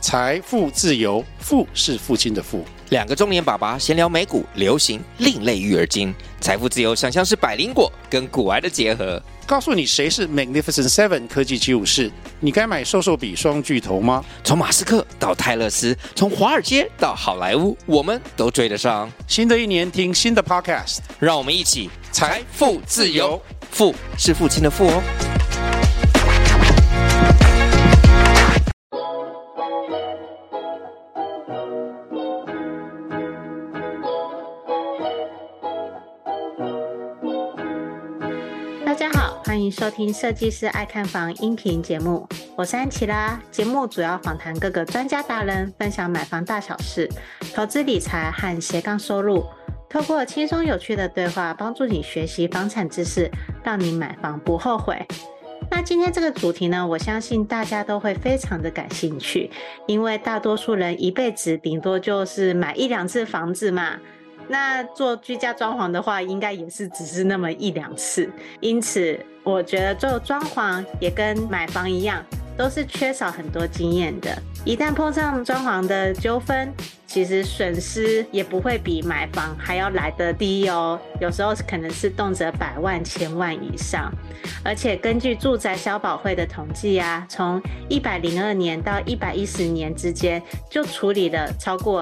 财富自由，富是父亲的富。 两个中年爸爸闲聊美股、流行、另类育儿经。财富自由想象是百灵果跟股癌的结合。 告诉你谁是 Magnificent Seven 科技75士，你该买瘦瘦比双巨头吗？ 从马斯克到泰勒斯，从华尔街到好莱坞，我们都追得上。 新的一年听新的 Podcast， 让我们一起财富自由， 富是父亲的富哦。 大家好，欢迎收听设计师爱看房音频节目，我是安琪拉。节目主要访谈各个专家达人，分享买房大小事、投资理财和斜杠收入，透过轻松有趣的对话，帮助你学习房产知识，让你买房不后悔。那今天这个主题呢，我相信大家都会非常的感兴趣，因为大多数人一辈子顶多就是买一两次房子嘛。那做居家装潢的话，应该也是只是那么一两次，因此我觉得做装潢也跟买房一样，都是缺少很多经验的。一旦碰上装潢的纠纷，其实损失也不会比买房还要来得低哦，有时候可能是动辄百万、千万以上。而且根据住宅消保会的统计啊，从102年到110年之间，就处理了超过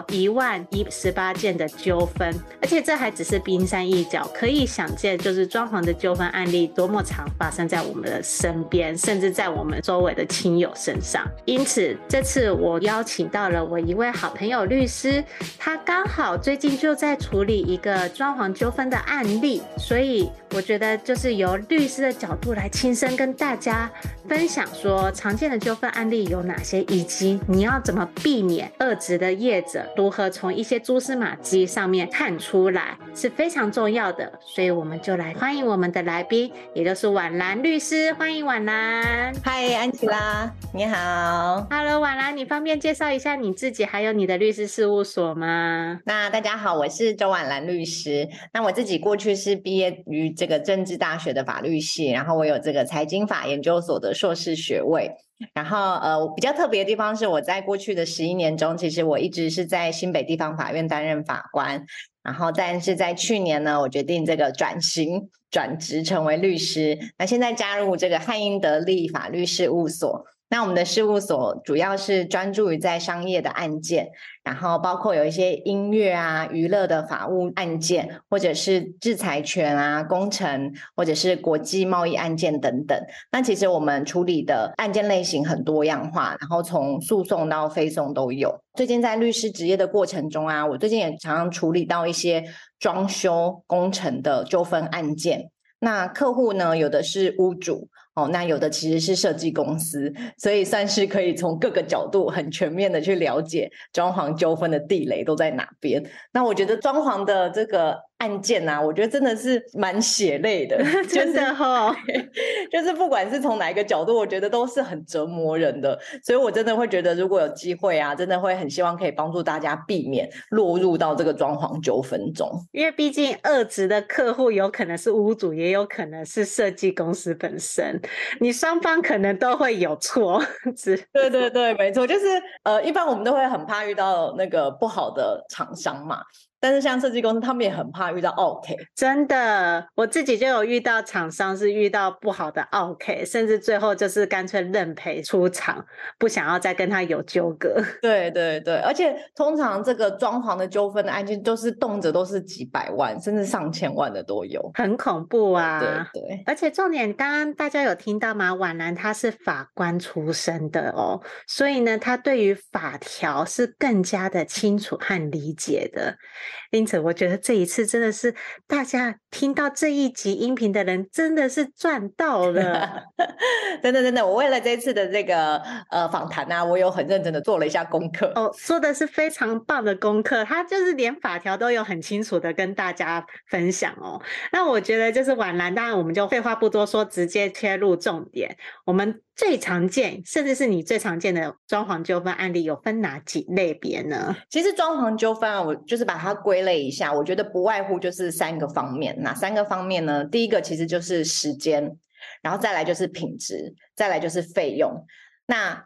11018件的纠纷，而且这还只是冰山一角，可以想见就是装潢的纠纷案例多么常发生在我们的身边，甚至在我们周围的亲友身上。因此这次我邀请到了我一位好朋友律师，他刚好最近就在处理一个装潢纠纷的案例，所以我觉得就是由律师的角度来亲身跟大家分享说常见的纠纷案例有哪些，以及你要怎么避免恶质的业者如何从一些蛛丝马迹上面看出来，是非常重要的。所以我们就来欢迎我们的来宾，也就是婉兰律师。欢迎婉兰。 嗨，安琪拉，你好。 Hello， 婉兰，你方便介绍一下你自己还有你的律师事务所吗？ 那大家好，我是周婉兰律师。那我自己过去是毕业于这个政治大学的法律系，然后我有这个财经法研究所的硕士学位。然后我比较特别的地方是我在过去的11年中，其实我一直是在新北地方法院担任法官。然后但是在去年呢，我决定这个转职成为律师。那现在加入这个汉英得利法律事务所。那我们的事务所主要是专注于在商业的案件，然后包括有一些音乐啊、娱乐的法务案件，或者是制裁权啊、工程，或者是国际贸易案件等等。那其实我们处理的案件类型很多样化，然后从诉讼到非讼都有。最近在律师职业的过程中啊，我最近也常常处理到一些装修工程的纠纷案件。那客户呢，有的是屋主那有的其实是设计公司，所以算是可以从各个角度很全面的去了解装潢纠纷的地雷都在哪边。那我觉得装潢的这个案件啊，我觉得真的是蛮血泪的真的就是不管是从哪一个角度，我觉得都是很折磨人的。所以我真的会觉得如果有机会啊，真的会很希望可以帮助大家避免落入到这个装潢纠纷中， 因为毕竟恶质的客户有可能是屋主，也有可能是设计公司本身，你双方可能都会有错。 对对对，没错，就是一般我们都会很怕遇到那个不好的厂商嘛，但是像设计公司他们也很怕遇到 OK。 真的，我自己就有遇到厂商是遇到不好的 OK， 甚至最后就是干脆认赔出场，不想要再跟他有纠葛。 对对对，而且通常这个装潢的纠纷的案件都是动辄都是几百万甚至上千万的都有， 很恐怖啊。 对对， 而且重点刚刚大家有听到吗？婉兰她是法官出身的哦，所以呢她对于法条是更加的清楚和理解的。因此我觉得这一次真的是大家听到这一集音频的人真的是赚到了。 真的，我为了这次的这个访谈啊，我有很认真的做了一下功课做的是非常棒的功课，他就是连法条都有很清楚的跟大家分享哦。那我觉得就是婉兰，当然我们就废话不多说，直接切入重点。我们最常见，甚至是你最常见的装潢纠纷案例有分哪几类别呢？ 其实装潢纠纷啊，我就是把它归类一下，我觉得不外乎就是3个方面。哪3个方面呢？第一个其实就是时间，然后再来就是品质，再来就是费用。那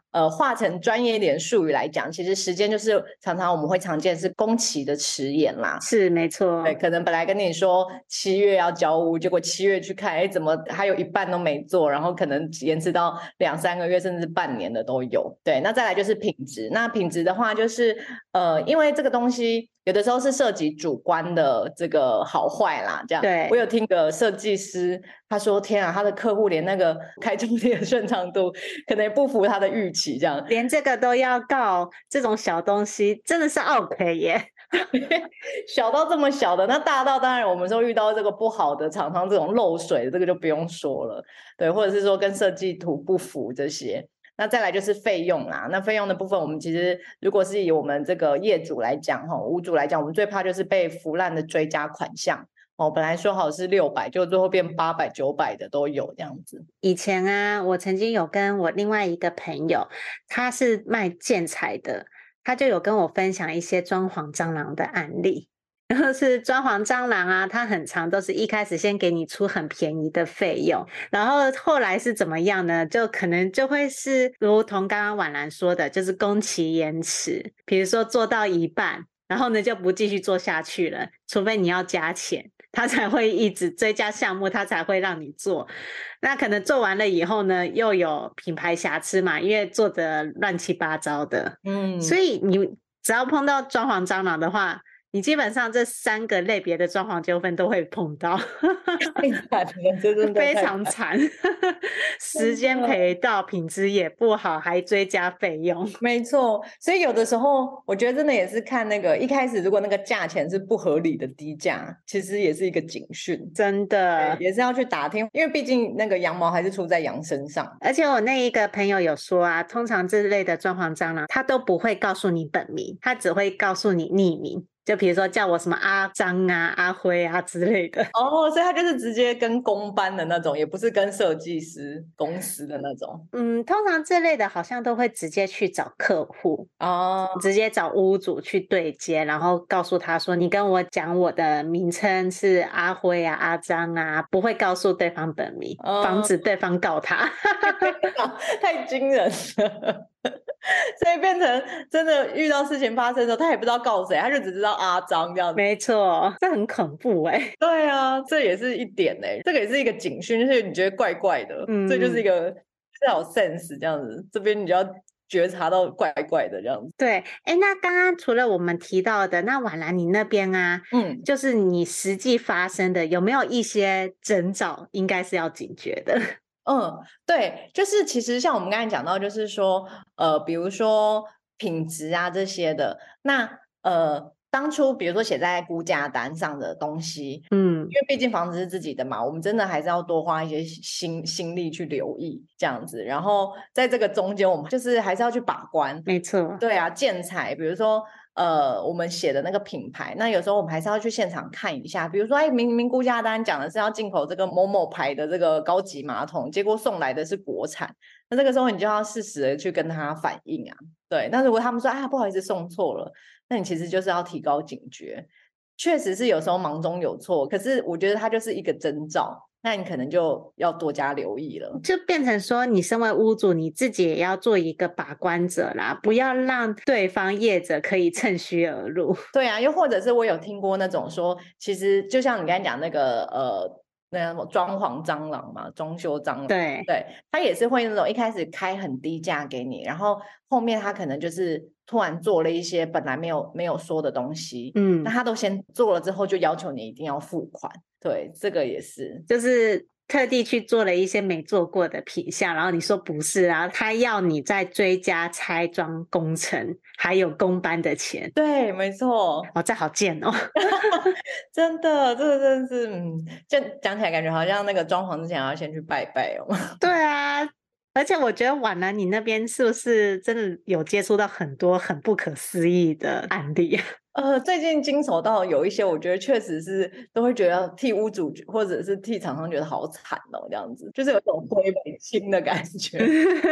化成专业一点术语来讲，其实时间就是常常我们会常见是工期的迟延啦。 是没错， 对，可能本来跟你说7月要交屋，结果7月去看，怎么还有一半都没做，然后可能延迟到2-3个月甚至半年的都有。对，那再来就是品质。那品质的话就是因为这个东西有的时候是涉及主观的这个好坏啦，这样。 对， 我有听个设计师他说，天啊，他的客户连那个开中间的顺畅度可能也不符他的预期，这样连这个都要告，这种小东西真的是 OK 耶。 小到这么小的，那大到当然我们说遇到这个不好的厂商，这种漏水的这个就不用说了，对，或者是说跟设计图不符这些。那再来就是费用啦，那费用的部分我们其实如果是以我们这个业主来讲屋主来讲，我们最怕就是被腐烂的追加款项本来说好是600，就最后变800、900的都有这样子。 以前啊，我曾经有跟我另外一个朋友，他是卖建材的，他就有跟我分享一些装潢蟑螂的案例。然后是装潢蟑螂啊，它很常都是一开始先给你出很便宜的费用，然后后来是怎么样呢？就可能就会是如同刚刚婉兰说的，就是工期延迟，比如说做到一半，然后呢就不继续做下去了，除非你要加钱，他才会一直追加项目，他才会让你做。那可能做完了以后呢，又有品牌瑕疵嘛，因为做的乱七八糟的，所以你只要碰到装潢蟑螂的话，你基本上这3个类别的装潢纠纷都会碰到。 太惨了，真的非常惨。时间赔到，品质也不好，还追加费用。 没错，所以有的时候我觉得真的也是看那个一开始如果那个价钱是不合理的低价，其实也是一个警讯， 真的也是要去打听，因为毕竟那个羊毛还是出在羊身上。 而且我那一个朋友有说啊，通常这类的装潢蟑螂他都不会告诉你本名，他只会告诉你匿名，就比如说叫我什么阿张啊、阿辉啊之类的。 所以他就是直接跟公班的那种，也不是跟设计师公司的那种。 通常这类的好像都会直接去找客户直接找屋主去对接，然后告诉他说你跟我讲我的名称是阿辉啊、阿张啊，不会告诉对方本名，防止对方告他。 太惊人了。所以变成真的遇到事情发生的时候，他也不知道告谁，他就只知道阿张这样子。 没错，这很恐怖对啊，这也是一点这个也是一个警讯，就是你觉得怪怪的，这就是一个至少有 sense 这样子，这边你就要觉察到怪怪的这样子。 对，那刚刚除了我们提到的，那婉兰你那边啊，就是你实际发生的有没有一些征兆应该是要警觉的？ 对，就是其实像我们刚才讲到，就是说比如说品质啊这些的，那当初比如说写在估价单上的东西，因为毕竟房子是自己的嘛，我们真的还是要多花一些心力去留意这样子，然后在这个中间我们就是还是要去把关。 没错， 对啊，建材比如说我们写的那个品牌，那有时候我们还是要去现场看一下，比如说明明估价单讲的是要进口这个某某牌的这个高级马桶，结果送来的是国产，那这个时候你就要适时的去跟他反映啊。对，那如果他们说不好意思送错了，那你其实就是要提高警觉，确实是有时候忙中有错，可是我觉得它就是一个征兆，那你可能就要多加留意了， 就变成说你身为屋主你自己也要做一个把关者啦，不要让对方业者可以趁虚而入。 对啊，又或者是我有听过那种说，其实就像你刚才讲那个那什么装潢蟑螂嘛，装修蟑螂， 对， 他也是会那种一开始开很低价给你，然后后面他可能就是突然做了一些本来没有说的东西，那他都先做了之后就要求你一定要付款。对，这个也是， 就是特地去做了一些没做过的品项，然后你说不是啊，他要你再追加拆装工程还有工班的钱。 对，没错。 这好贱哦。 真的，这个真的是这讲起来感觉好像那个装潢之前要先去拜拜哦。 对啊，而且我觉得婉兰你那边是不是真的有接触到很多很不可思议的案例？ 最近经手到有一些，我觉得确实是都会觉得替屋主或者是替厂商觉得好惨哦，这样子就是有种灰没清的感觉。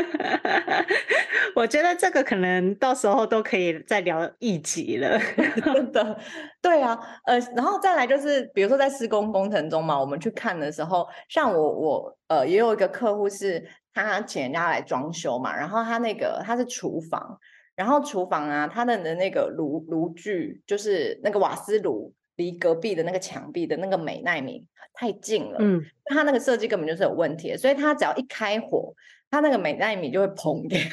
我觉得这个可能到时候都可以再聊一集了。 真的，对啊，然后再来就是比如说在施工过程中嘛，我们去看的时候，像我也有一个客户是他请人家来装修嘛，然后他是厨房，然后厨房啊，他的那个炉具就是那个瓦斯炉离隔壁的那个墙壁的那个美奈米太近了，他那个设计根本就是有问题的，所以他只要一开火，他那个美奈米就会砰掉。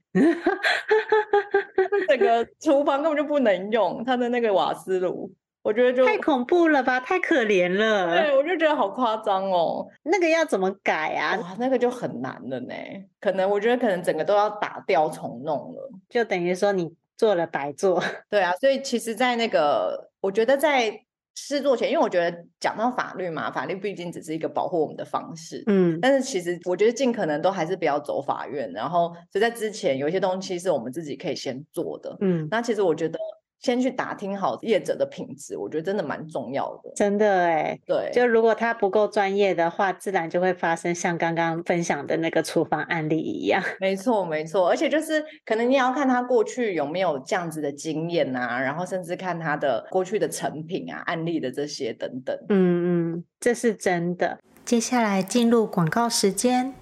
整个厨房根本就不能用，他的那个瓦斯炉，我觉得就太恐怖了吧，太可怜了。 对，我就觉得好夸张哦。 那个要怎么改啊？ 哇，那个就很难了呢。我觉得可能整个都要打掉重弄了， 就等于说你做了白做。 对啊，所以其实在我觉得在施作前，因为我觉得讲到法律嘛，法律毕竟只是一个保护我们的方式，但是其实我觉得尽可能都还是不要走法院，然后所以在之前有一些东西是我们自己可以先做的，那其实我觉得先去打听好业者的品质，我觉得真的蛮重要的。 真的耶， 对， 就如果他不够专业的话，自然就会发生像刚刚分享的那个厨房案例一样。 没错没错，而且就是可能你也要看他过去有没有这样子的经验啊，然后甚至看他的过去的成品啊、案例的这些等等。 这是真的。接下来进入广告时间。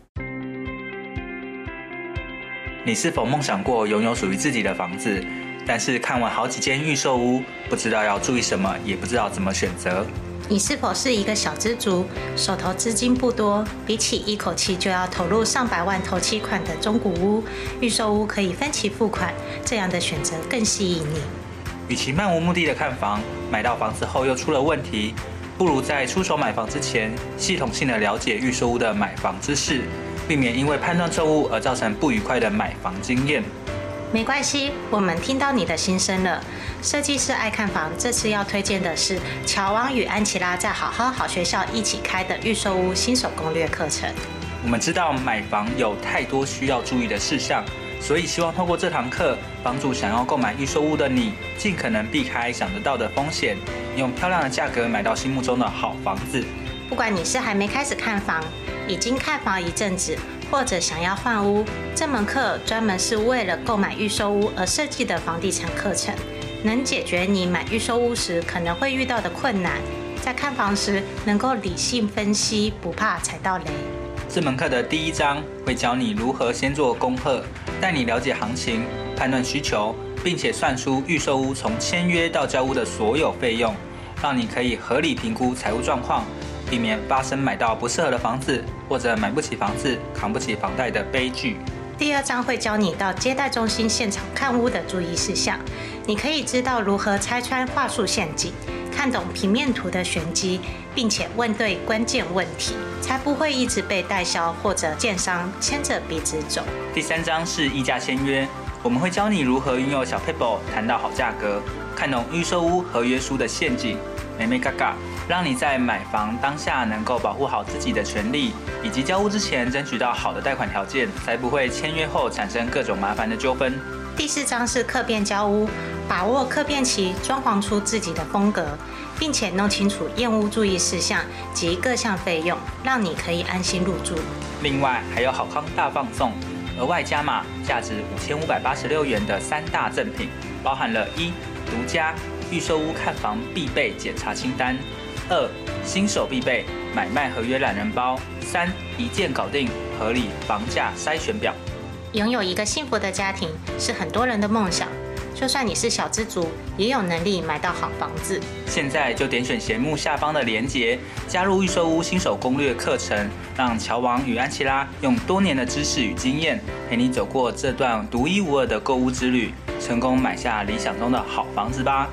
你是否梦想过拥有属于自己的房子？但是看完好几间预售屋，不知道要注意什么，也不知道怎么选择。 你是否是一个小资族，手头资金不多，比起一口气就要投入上百万头期款的中古屋，预售屋可以分期付款，这样的选择更吸引你。 与其漫无目的的看房，买到房子后又出了问题，不如在出手买房之前，系统性的了解预售屋的买房知识，避免因为判断错误而造成不愉快的买房经验。 没关系，我们听到你的心声了。设计师爱看房，这次要推荐的是乔王与安琪拉在好好好学校一起开的预售屋新手攻略课程。 我们知道买房有太多需要注意的事项，所以希望透过这堂课，帮助想要购买预售屋的你，尽可能避开想得到的风险，用漂亮的价格买到心目中的好房子。 不管你是还没开始看房，已经看房一阵子，或者想要换屋，这门课专门是为了购买预售屋而设计的房地产课程，能解决你买预售屋时可能会遇到的困难，在看房时能够理性分析，不怕踩到雷。 这门课的第一章会教你如何先做功课，带你了解行情、判断需求，并且算出预售屋从签约到交屋的所有费用，让你可以合理评估财务状况，避免发生买到不适合的房子，或者买不起房子、扛不起房贷的悲剧。 第二章会教你到接待中心现场看屋的注意事项，你可以知道如何拆穿话术陷阱，看懂平面图的玄机，并且问对关键问题，才不会一直被代销或者建商牵着鼻子走。 第三章是议价签约，我们会教你如何运用小 paper 谈到好价格，看懂预售屋合约书的陷阱，眉眉角角，让你在买房当下能够保护好自己的权利，以及交屋之前争取到好的贷款条件，才不会签约后产生各种麻烦的纠纷。 第四章是客变交屋，把握客变期，装潢出自己的风格，并且弄清楚验屋注意事项及各项费用，让你可以安心入住。 另外还有好康大放送，额外加码价值5586元的3大赠品，包含了1独家预售屋看房必备检查清单，2新手必备买卖合约懒人包，3一键搞定合理房价筛选表。 拥有一个幸福的家庭是很多人的梦想，就算你是小资族，也有能力买到好房子。 现在就点选节目下方的连结，加入预售屋新手攻略课程，让乔王与安琪拉用多年的知识与经验，陪你走过这段独一无二的购屋之旅，成功买下理想中的好房子吧。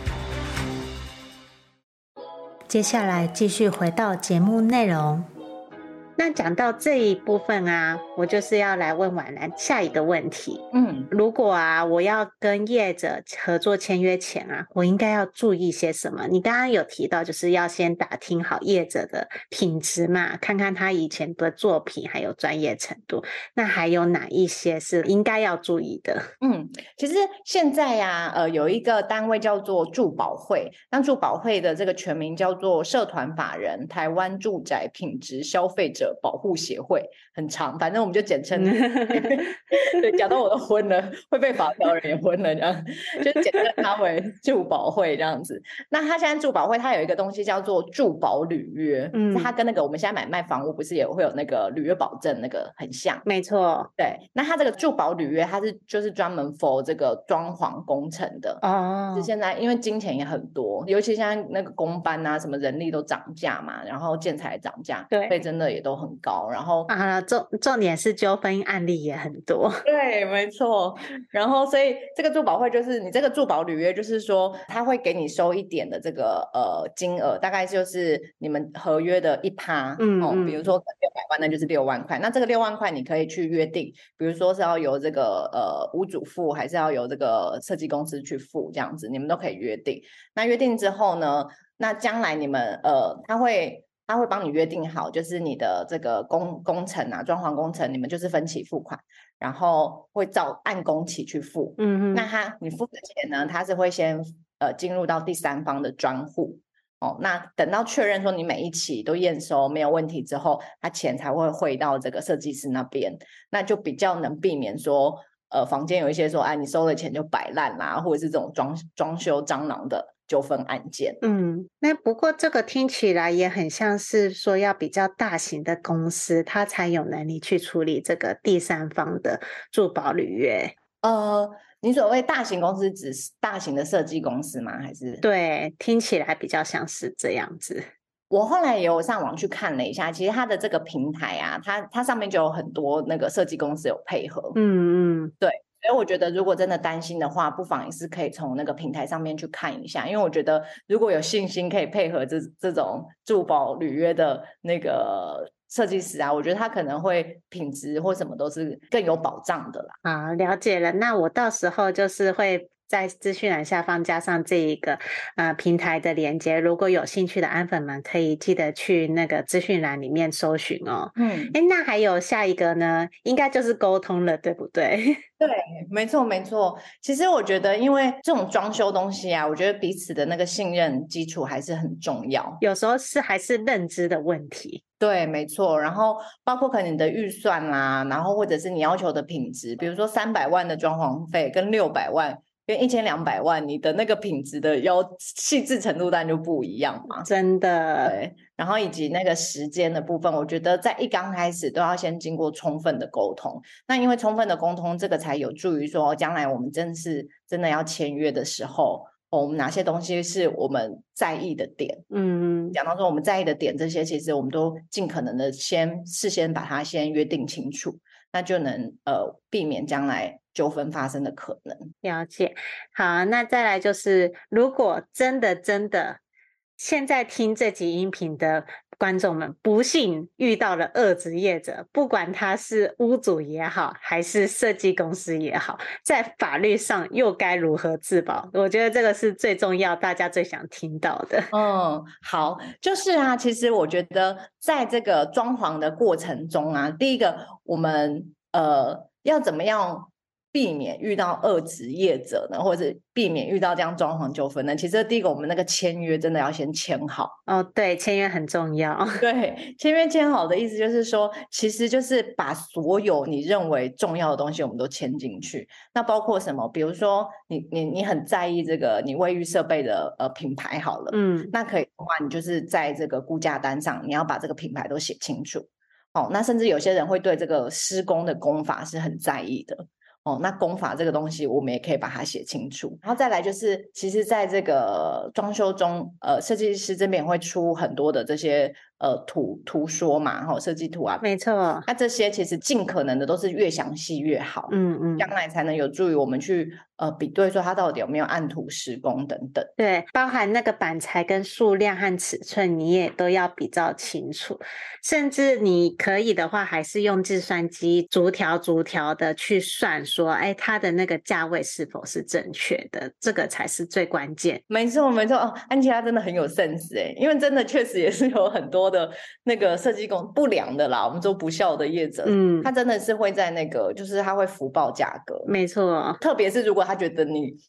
接下来继续回到节目内容。那讲到这一部分啊，我就是要来问婉兰下一个问题。如果啊，我要跟业者合作签约前啊，我应该要注意些什么？你刚刚有提到，就是要先打听好业者的品质嘛，看看他以前的作品还有专业程度。那还有哪一些是应该要注意的？ 其实现在呀，有一个单位叫做住保会，那住保会的这个全名叫做社团法人台湾住宅品质消费者者保护协会，很长，反正我们就简称对，讲到我都昏了，会被法条人也昏了，这样就简称它为住保会这样子。那它现在住保会它有一个东西叫做住保履约，它跟那个我们现在卖房屋不是也会有那个履约保证那个很像， 没错。 对，那它这个住保履约它就是专门 for 这个装潢工程的哦。是现在因为金钱也很多，尤其现在那个工班啊什么人力都涨价嘛，然后建材涨价，对，所以真的也都很高。然后重点是纠纷案例也很多， 对，没错。然后所以这个住保会就是你这个住保履约，就是说他会给你收一点的这个金额，大概就是你们合约的1%，比如说600万，那就是6万块。那这个6万块你可以去约定，比如说是要由这个屋主付，还是要由这个设计公司去付，这样子你们都可以约定。那约定之后呢，那将来你们他会帮你约定好，就是你的这个工程啊，装潢工程，你们就是分期付款，然后会按工期去付。那你付的钱呢，它是会先进入到第三方的专户。那等到确认说你每一期都验收没有问题之后，他钱才会汇到这个设计师那边，那就比较能避免说房间有一些说你收了钱就摆烂啦，或者是这种装修蟑螂的纠纷案件。 那不过这个听起来也很像是说要比较大型的公司，它才有能力去处理这个第三方的住保履约。 你所谓大型公司指大型的设计公司吗？还是？ 对，听起来比较像是这样子。 我后来也有上网去看了一下，其实它的这个平台啊，它上面就有很多那个设计公司有配合。对。所以我觉得如果真的担心的话，不妨也是可以从那个平台上面去看一下，因为我觉得如果有信心可以配合这种住保履约的那个设计师啊，我觉得他可能会品质或什么都是更有保障的啦。 好，了解了。那我到时候就是会在资讯栏下方加上这一个平台的连结，如果有兴趣的安粉们可以记得去那个资讯栏里面搜寻哦。那还有下一个呢，应该就是沟通了，对不对？ 对，没错没错。其实我觉得因为这种装修东西啊，我觉得彼此的那个信任基础还是很重要， 有时候还是认知的问题。 对，没错。然后包括可能你的预算啦，然后或者是你要求的品质，比如说300万的装潢费跟600万跟1200万，你的那个品质的细致程度当然就不一样嘛。 真的。 对，然后以及那个时间的部分，我觉得在刚开始都要先经过充分的沟通。那因为充分的沟通，这个才有助于说将来我们真的要签约的时候，我们哪些东西是我们在意的点。讲到说我们在意的点，这些其实我们都尽可能的事先把它先约定清楚，那就能避免将来纠纷发生的可能。 了解。好，那再来就是如果真的现在听这集音频的观众们不幸遇到了恶职业者，不管他是屋主也好还是设计公司也好，在法律上又该如何自保？我觉得这个是最重要，大家最想听到的。 好，就是啊，其实我觉得在这个装潢的过程中啊，第一个我们要怎么样避免遇到恶职业者呢，或者避免遇到这样装潢纠纷呢？其实第一个，我们那个签约真的要先签好。 对，签约很重要。 对，签约签好的意思就是说，其实就是把所有你认为重要的东西我们都签进去。那包括什么？比如说你很在意这个你卫浴设备的品牌好了，那可以的话，你就是在这个估价单上你要把这个品牌都写清楚。那甚至有些人会对这个施工的工法是很在意的。那工法这个东西我们也可以把它写清楚。然后再来就是其实在这个装修中设计师这边也会出很多的这些图说嘛，设计图啊， 没错。 那这些其实尽可能的都是越详细越好，将来才能有助于我们去比对说它到底有没有按图施工等等。 对，包含那个板材跟数量和尺寸你也都要比较清楚，甚至你可以的话还是用计算机逐条的去算说它的那个价位是否是正确的，这个才是最关键。 没错安琪拉真的很有 sense 因为真的确实也是有很多的那个设计工不良的啦，我们说不孝的业者，他真的是会在那个就是他会浮报价格。 没错， 特别是如果他觉得你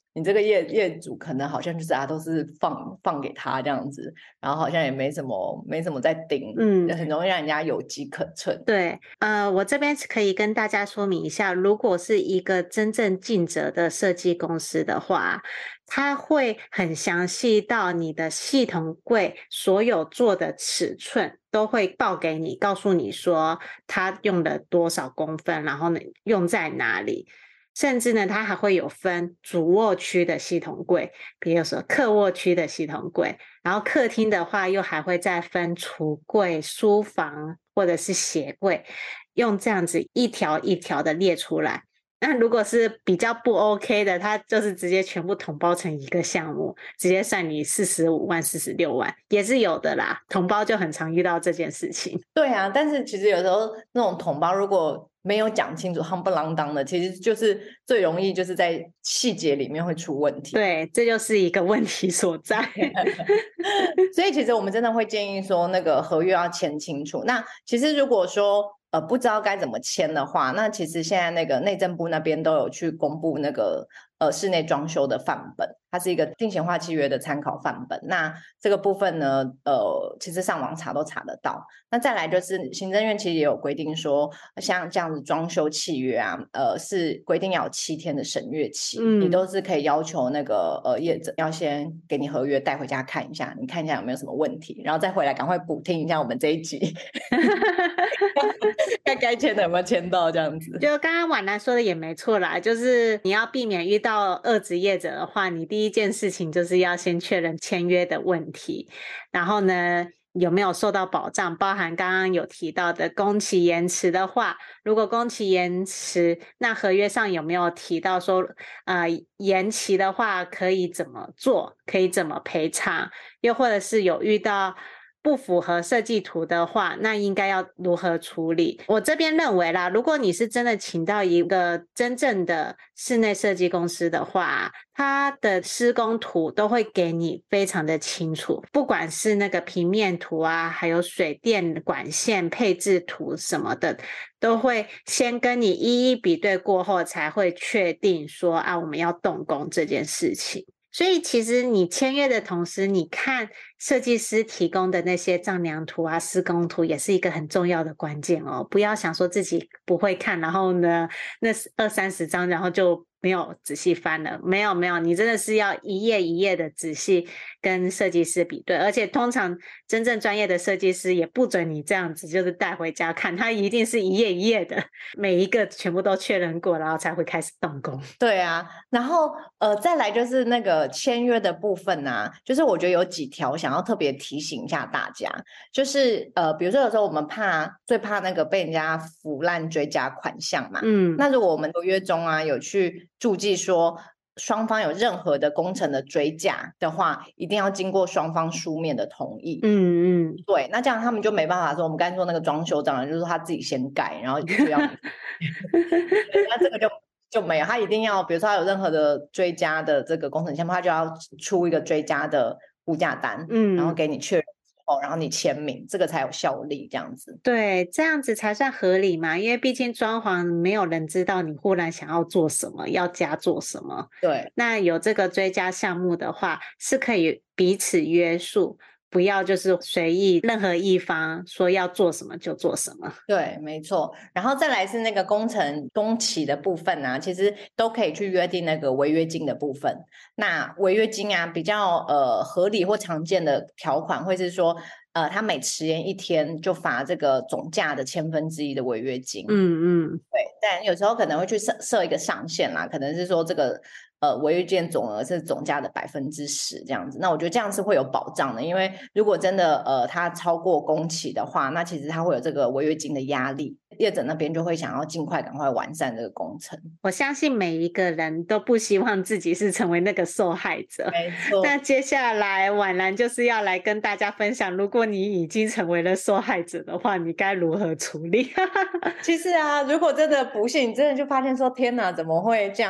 你这个业主可能好像就是都是放给他这样子，然后好像也没什么在盯，很容易让人家有机可乘。 对，我这边可以跟大家说明一下，如果是一个真正尽责的设计公司的话，它会很详细到你的系统柜所有做的尺寸都会报给你，告诉你说它用了多少公分，然后呢用在哪里。甚至呢，它还会有分主卧区的系统柜，比如说客卧区的系统柜，然后客厅的话又还会再分橱柜、书房或者是鞋柜，用这样子一条一条的列出来。那如果是比较不 OK 的，它就是直接全部统包成一个项目，直接算你45万、46万，也是有的啦。统包就很常遇到这件事情。 对啊，但是其实有时候那种统包如果没有讲清楚，夯不啷当的，其实就是最容易就是在细节里面会出问题。 对，这就是一个问题所在。 所以其实我们真的会建议说，那个合约要签清楚。那其实如果说不知道该怎么签的话，那其实现在那个内政部那边都有去公布那个室内装修的范本，它是一个定型化契约的参考范本。那这个部分呢，其实上网查都查得到。那再来就是行政院其实也有规定说，像这样子装修契约啊，是规定要有7天的审阅期，你都是可以要求那个业者要先给你合约带回家看一下，你看一下有没有什么问题，然后再回来赶快补听一下我们这一集。该签的有没有签到这样子？ 就刚刚婉兰说的也没错啦，就是你要避免遇到恶质业者的话，你第一件事情就是要先确认签约的问题，然后呢有没有受到保障，包含刚刚有提到的工期延迟的话，如果工期延迟，那合约上有没有提到说延期的话可以怎么做，可以怎么赔偿，又或者是有遇到不符合设计图的话，那应该要如何处理？我这边认为啦，如果你是真的请到一个真正的室内设计公司的话，它的施工图都会给你非常的清楚，不管是那个平面图啊，还有水电管线配置图什么的，都会先跟你一一比对过后，才会确定说我们要动工这件事情。所以其实你签约的同时，你看设计师提供的那些丈量图啊、施工图也是一个很重要的关键哦。不要想说自己不会看，然后呢那20-30张然后就没有仔细翻了。没有，你真的是要一页一页的仔细跟设计师比对，而且通常真正专业的设计师也不准你这样子就是带回家看，他一定是一页一页的每一个全部都确认过，然后才会开始动工。对啊，然后再来就是那个签约的部分啊，就是我觉得有几条想要特别提醒一下大家，就是比如说有时候我们最怕那个被人家腐烂追加款项嘛，那如果我们合约中啊有去注记说双方有任何的工程的追加的话，一定要经过双方书面的同意。对，那这样他们就没办法说，我们刚才说那个装修当然就是他自己先盖，然后就要那这个就没有，他一定要比如说他有任何的追加的这个工程项目，他就要出一个追加的估价单，然后给你确认然后你签名，这个才有效力这样子。 对，这样子才算合理嘛，因为毕竟装潢没有人知道你忽然想要做什么，要加做什么。 对， 那有这个追加项目的话，是可以彼此约束，不要就是随意任何一方说要做什么就做什么。 对，没错。然后再来是那个工程工期的部分啊，其实都可以去约定那个违约金的部分。那违约金啊，比较合理或常见的条款会是说，他每迟延1天就罚这个总价的1/1000的违约金。对，但有时候可能会去设一个上限啦，可能是说这个违约金总额是总价的10%这样子。那我觉得这样是会有保障的，因为如果真的它超过工期的话，那其实它会有这个违约金的压力，业者那边就会想要尽快赶快完善这个工程。 我相信每一个人都不希望自己是成为那个受害者。 没错。 那接下来婉兰就是要来跟大家分享，如果你已经成为了受害者的话，你该如何处理？ 其实啊，如果真的不幸，你真的就发现说天哪，怎么会这样？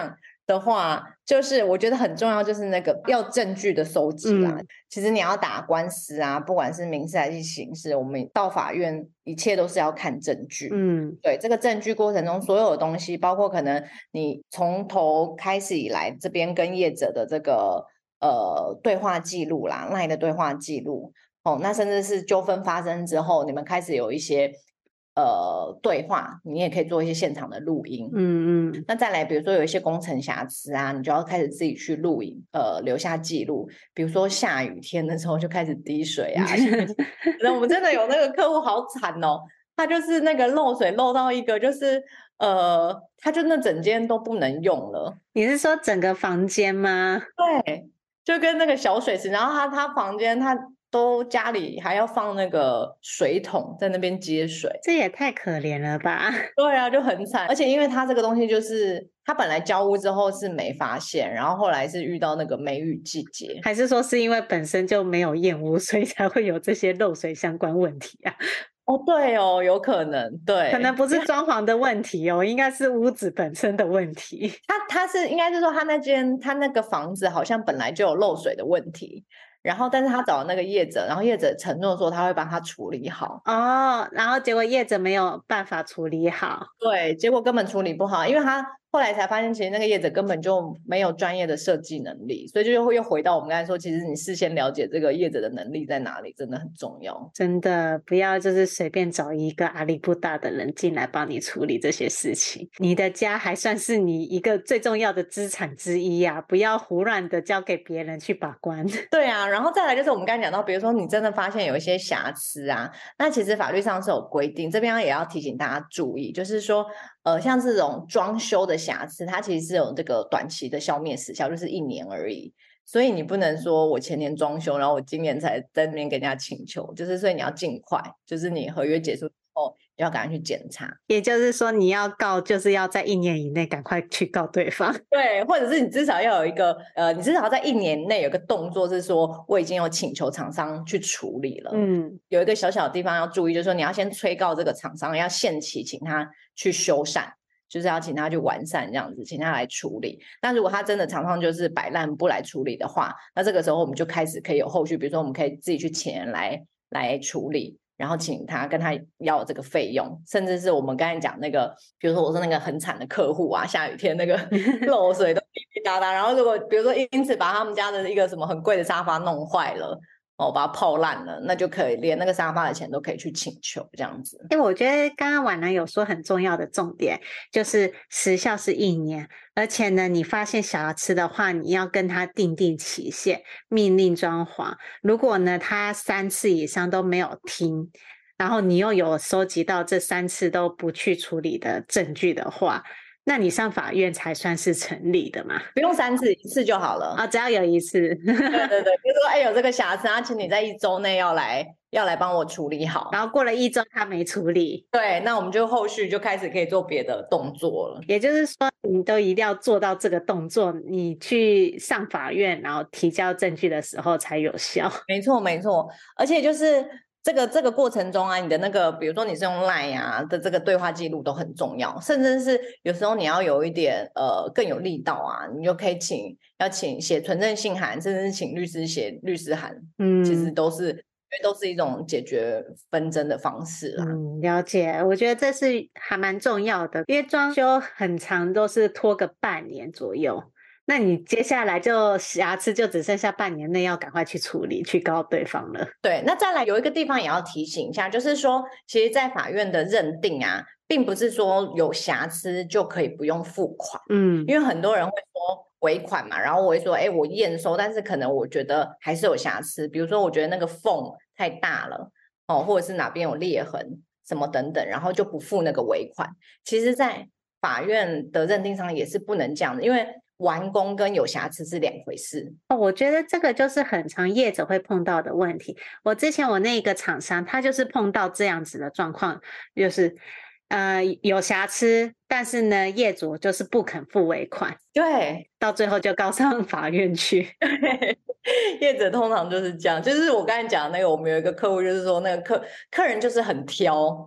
的话，就是我觉得很重要，就是那个要证据的收集啦。其实你要打官司啊，不管是民事还是刑事，我们到法院一切都是要看证据。对，这个证据过程中所有的东西，包括可能你从头开始以来这边跟业者的这个对话记录啦，LINE 的对话记录那甚至是纠纷发生之后，你们开始有一些对话，你也可以做一些现场的录音。那再来比如说有一些工程瑕疵啊，你就要开始自己去录影留下记录。比如说下雨天的时候就开始滴水啊那我们真的有那个客户好惨哦，他就是那个漏水漏到一个就是他就那整间都不能用了。 你是说整个房间吗？ 对，就跟那个小水池，然后他房间他都家里还要放那个水桶在那边接水， 这也太可怜了吧。 对啊，就很惨。而且因为他这个东西就是他本来交屋之后是没发现，然后后来是遇到那个梅雨季节， 还是说是因为本身就没有验屋，所以才会有这些漏水相关问题啊？ 对哦，有可能。对， 可能不是装潢的问题哦，应该是屋子本身的问题。 他是应该是说他那个房子好像本来就有漏水的问题，然后但是他找那个业者，然后业者承诺说他会帮他处理好然后结果业者没有办法处理好。 对，结果根本处理不好，因为他后来才发现其实那个业者根本就没有专业的设计能力，所以就又回到我们刚才说，其实你事先了解这个业者的能力在哪里真的很重要。 真的不要就是随便找一个阿里不达的人进来帮你处理这些事情，你的家还算是你一个最重要的资产之一啊，不要胡乱的交给别人去把关。 对啊，然后再来就是我们刚才讲到，比如说你真的发现有一些瑕疵啊，那其实法律上是有规定，这边也要提醒大家注意，就是说像这种装修的瑕疵，它其实是有这个短期的消灭时效，就是1年而已。所以你不能说我前年装修，然后我今年才在那边跟人家请求，就是所以你要尽快，就是你合约结束之后要赶快去检查。 也就是说你要告就是要在1年以内赶快去告对方。 对，或者是你至少要有一个你至少在1年内有一个动作是说我已经有请求厂商去处理了。有一个小小的地方要注意，就是说你要先催告这个厂商，要限期请他去修缮，就是要请他去完善这样子，请他来处理。那如果他真的常常就是摆烂不来处理的话，那这个时候我们就开始可以有后续，比如说我们可以自己去请人来处理，然后请他跟他要这个费用，甚至是我们刚才讲那个，比如说我说那个很惨的客户啊，下雨天那个漏水都滴滴答答，然后如果比如说因此把他们家的一个什么很贵的沙发弄坏了把它泡烂了，那就可以连那个沙发的钱都可以去请求这样子。 我觉得刚刚婉兰有说很重要的重点，就是时效是1年，而且呢你发现瑕疵的话，你要跟他订期限，命令装潢。如果呢他3次以上都没有听，然后你又有收集到这3次都不去处理的证据的话，那你上法院才算是成立的嘛。 不用3次，1次就好了只要有1次。对对对，比如说有这个瑕疵，请你在1周内要来帮我处理好， 然后过了1周他没处理， 对，那我们就后续就开始可以做别的动作了。 也就是说你都一定要做到这个动作，你去上法院然后提交证据的时候才有效。 没错没错，而且就是这个过程中啊，你的那个比如说你是用 LINE 啊的这个对话记录都很重要，甚至是有时候你要有一点更有力道啊，你就可以请写存证信函，甚至是请律师写律师函，其实都是一种解决纷争的方式啦。 了解，我觉得这是还蛮重要的，因为装修很长都是拖个半年左右，那你接下来就瑕疵就只剩下半年内要赶快去处理，去告对方了。 对，那再来有一个地方也要提醒一下，就是说其实在法院的认定啊，并不是说有瑕疵就可以不用付款。因为很多人会说尾款嘛，然后我会说我验收，但是可能我觉得还是有瑕疵，比如说我觉得那个缝太大了或者是哪边有裂痕什么等等，然后就不付那个尾款。其实在法院的认定上也是不能这样的，因为完工跟有瑕疵是2回事。 我觉得这个就是很常业者会碰到的问题。我之前我那个厂商他就是碰到这样子的状况，就是有瑕疵，但是呢业主就是不肯付尾款， 对， 到最后就告上法院去。 业者通常就是这样，就是我刚才讲的那个，我们有一个客户就是说那个客人就是很挑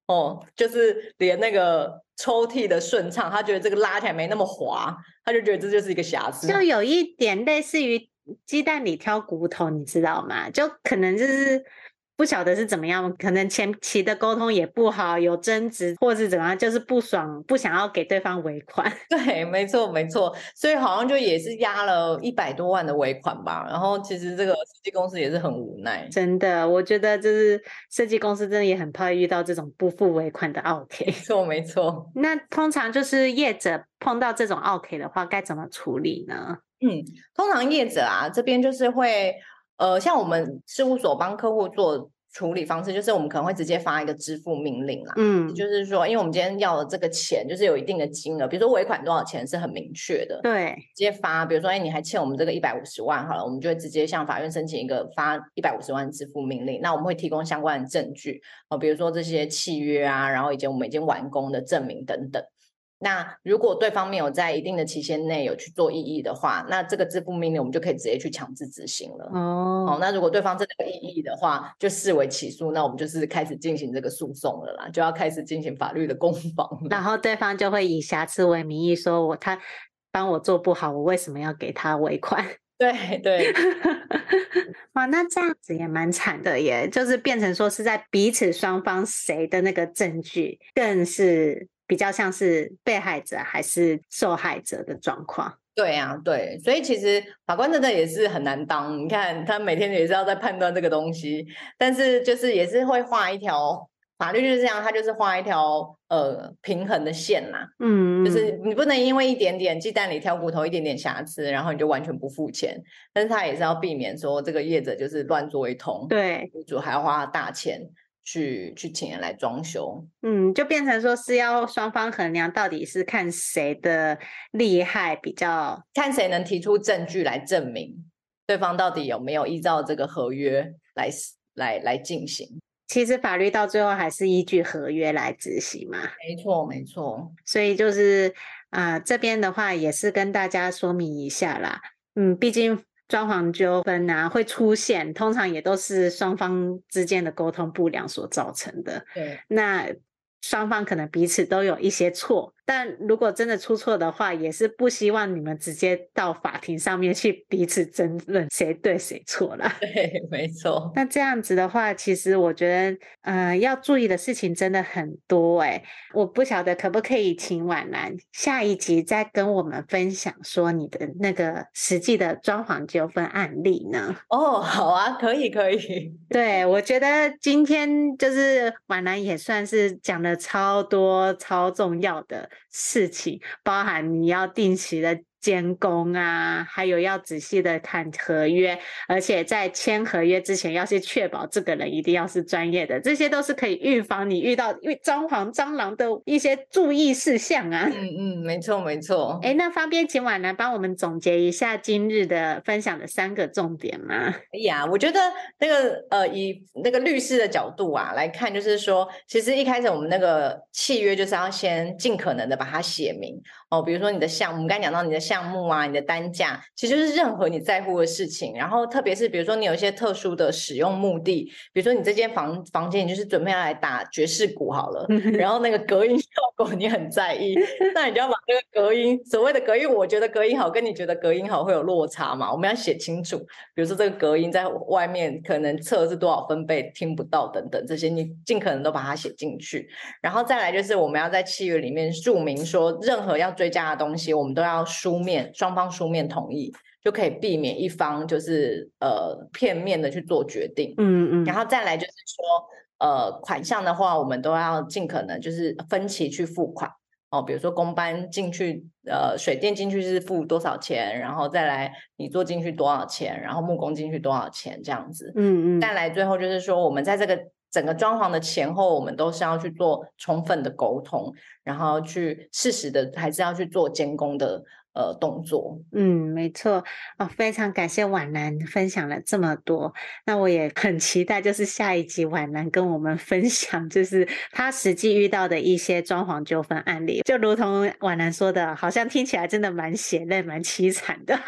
就是连那个抽屉的顺畅，他觉得这个拉起来没那么滑，他就觉得这就是一个瑕疵。 就有一点类似于鸡蛋里挑骨头，你知道吗？就可能就是不晓得是怎么样，可能前期的沟通也不好，有争执或是怎么样，就是不爽，不想要给对方尾款。 对，没错没错，所以好像就也是压了100多万的尾款吧。然后其实这个设计公司也是很无奈， 真的，我觉得就是设计公司真的也很怕遇到这种不付尾款的 OK。 没错没错。 那通常就是业者碰到这种 OK 的话，该怎么处理呢？ 通常业者啊这边就是会像我们事务所帮客户做处理方式，就是我们可能会直接发一个支付命令啦。就是说因为我们今天要的这个钱就是有一定的金额，比如说尾款多少钱是很明确的， 对， 直接发。比如说你还欠我们这个150万好了，我们就会直接向法院申请一个发150万支付命令。那我们会提供相关的证据比如说这些契约啊，然后我们已经完工的证明等等。那如果对方没有在一定的期限内有去做异议的话，那这个支付命令我们就可以直接去强制执行了。那如果对方真的有异议的话，就视为起诉，那我们就是开始进行这个诉讼了啦，就要开始进行法律的攻防了。 然后对方就会以瑕疵为名义说他帮我做不好，我为什么要给他尾款？ 对对。 哇，那这样子也蛮惨的耶，就是变成说是在彼此双方谁的那个证据更是比较像是被害者还是受害者的状况。 对啊，对，所以其实法官真的也是很难当，你看他每天也是要在判断这个东西，但是就是也是会画一条法律，就是这样，他就是画一条平衡的线啦。就是你不能因为一点点鸡蛋里挑骨头，一点点瑕疵，然后你就完全不付钱，但是他也是要避免说这个业者就是乱做一通， 对， 屋主还要花大钱去请人来装修。 就变成说是要双方衡量到底是看谁的厉害比较， 看谁能提出证据来证明对方到底有没有依照这个合约来进行。 其实法律到最后还是依据合约来执行嘛。 没错没错。 所以就是这边的话也是跟大家说明一下啦。毕竟装潢纠纷会出现，通常也都是双方之间的沟通不良所造成的。 对， 那双方可能彼此都有一些错，但如果真的出错的话，也是不希望你们直接到法庭上面去彼此争论谁对谁错啦。 对，没错。 那这样子的话，其实我觉得要注意的事情真的很多我不晓得可不可以请婉兰下一集再跟我们分享说你的那个实际的装潢纠纷案例呢？ 好啊，可以可以。 对，我觉得今天就是婉兰也算是讲了超多超重要的事情，包含你要定期的监工啊，还有要仔细的看合约，而且在签合约之前要去确保这个人一定要是专业的，这些都是可以预防你遇到装潢蟑螂的一些注意事项啊。 没错没错。 那方便请婉兰帮我们总结一下今日的分享的3个重点吗？ 可以啊，我觉得那个以那个律师的角度来看，就是说其实一开始我们那个契约就是要先尽可能的把它写明比如说你的项目，我们刚才讲到你的项目啊，你的单价，其实就是任何你在乎的事情，然后特别是比如说你有一些特殊的使用目的，比如说你这间房间你就是准备要来打爵士鼓好了，然后那个隔音效果你很在意，那你就要把这个隔音，所谓的隔音，我觉得隔音好跟你觉得隔音好会有落差嘛，我们要写清楚，比如说这个隔音在外面可能测是多少分贝听不到等等，这些你尽可能都把它写进去。然后再来就是我们要在契约里面注明说任何要追加的东西我们都要双方书面同意，就可以避免一方就是片面的去做决定。然后再来就是说款项的话我们都要尽可能就是分期去付款比如说公班进去水电进去是付多少钱，然后再来你做进去多少钱，然后木工进去多少钱这样子。再来最后就是说我们在这个整个装潢的前后我们都是要去做充分的沟通，然后去适时的还是要去做监工的动作。 没错非常感谢婉兰分享了这么多，那我也很期待就是下一集婉兰跟我们分享就是她实际遇到的一些装潢纠纷案例，就如同婉兰说的，好像听起来真的蛮血泪蛮凄惨的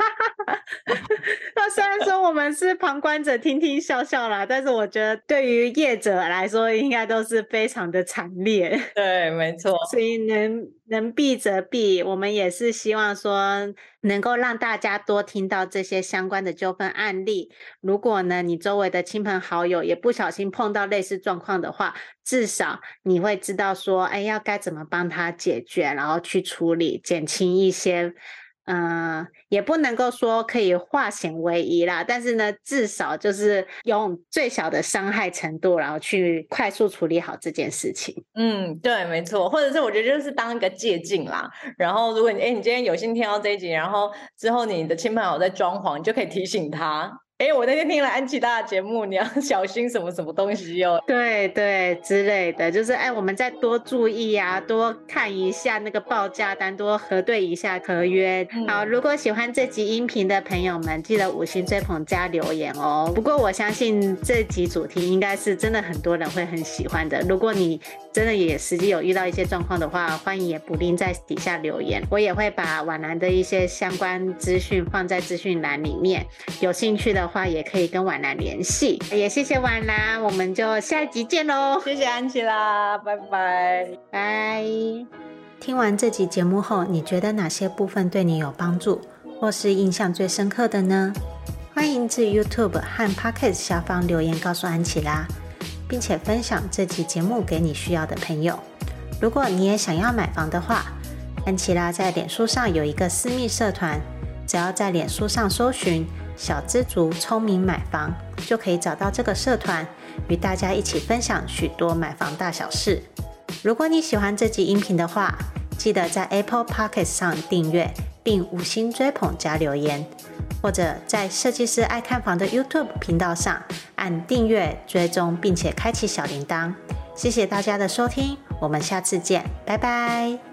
那虽然说我们是旁观者听听笑笑啦，但是我觉得对于业者来说应该都是非常的惨烈。 对，没错。 所以能避则避，我们也是希望说能够让大家多听到这些相关的纠纷案例。如果呢你周围的亲朋好友也不小心碰到类似状况的话，至少你会知道说要该怎么帮他解决，然后去处理，减轻一些也不能够说可以化险为夷啦，但是呢至少就是用最小的伤害程度，然后去快速处理好这件事情。 对，没错。或者是我觉得就是当一个借镜啦，然后如果你今天有幸听到这一集，然后之后你的亲朋好友在装潢，你就可以提醒他，我那天听了安琪拉的节目，你要小心什么什么东西哦。 对对之类的，就是我们再多注意啊，多看一下那个报价单，多核对一下合约。好，如果喜欢这集音频的朋友们，记得5星追捧加留言哦。不过我相信这集主题应该是真的很多人会很喜欢的。如果你真的也实际有遇到一些状况的话，欢迎也不吝在底下留言，我也会把婉兰的一些相关资讯放在资讯栏里面，有兴趣的话也可以跟婉兰联系。也谢谢婉兰，我们就下一集见咯。 谢谢安琪拉，拜拜拜。听完这集节目后，你觉得哪些部分对你有帮助，或是印象最深刻的呢？欢迎至 YouTube 和 Podcast 下方留言告诉安琪拉，并且分享这集节目给你需要的朋友。如果你也想要买房的话，安琪拉在脸书上有一个私密社团，只要在脸书上搜寻小资族聪明买房，就可以找到这个社团，与大家一起分享许多买房大小事。如果你喜欢这集音频的话，记得在 Apple Podcast 上订阅并5星追捧加留言，或者在设计师爱看房的 YouTube 频道上按订阅追踪，并且开启小铃铛。谢谢大家的收听，我们下次见，拜拜。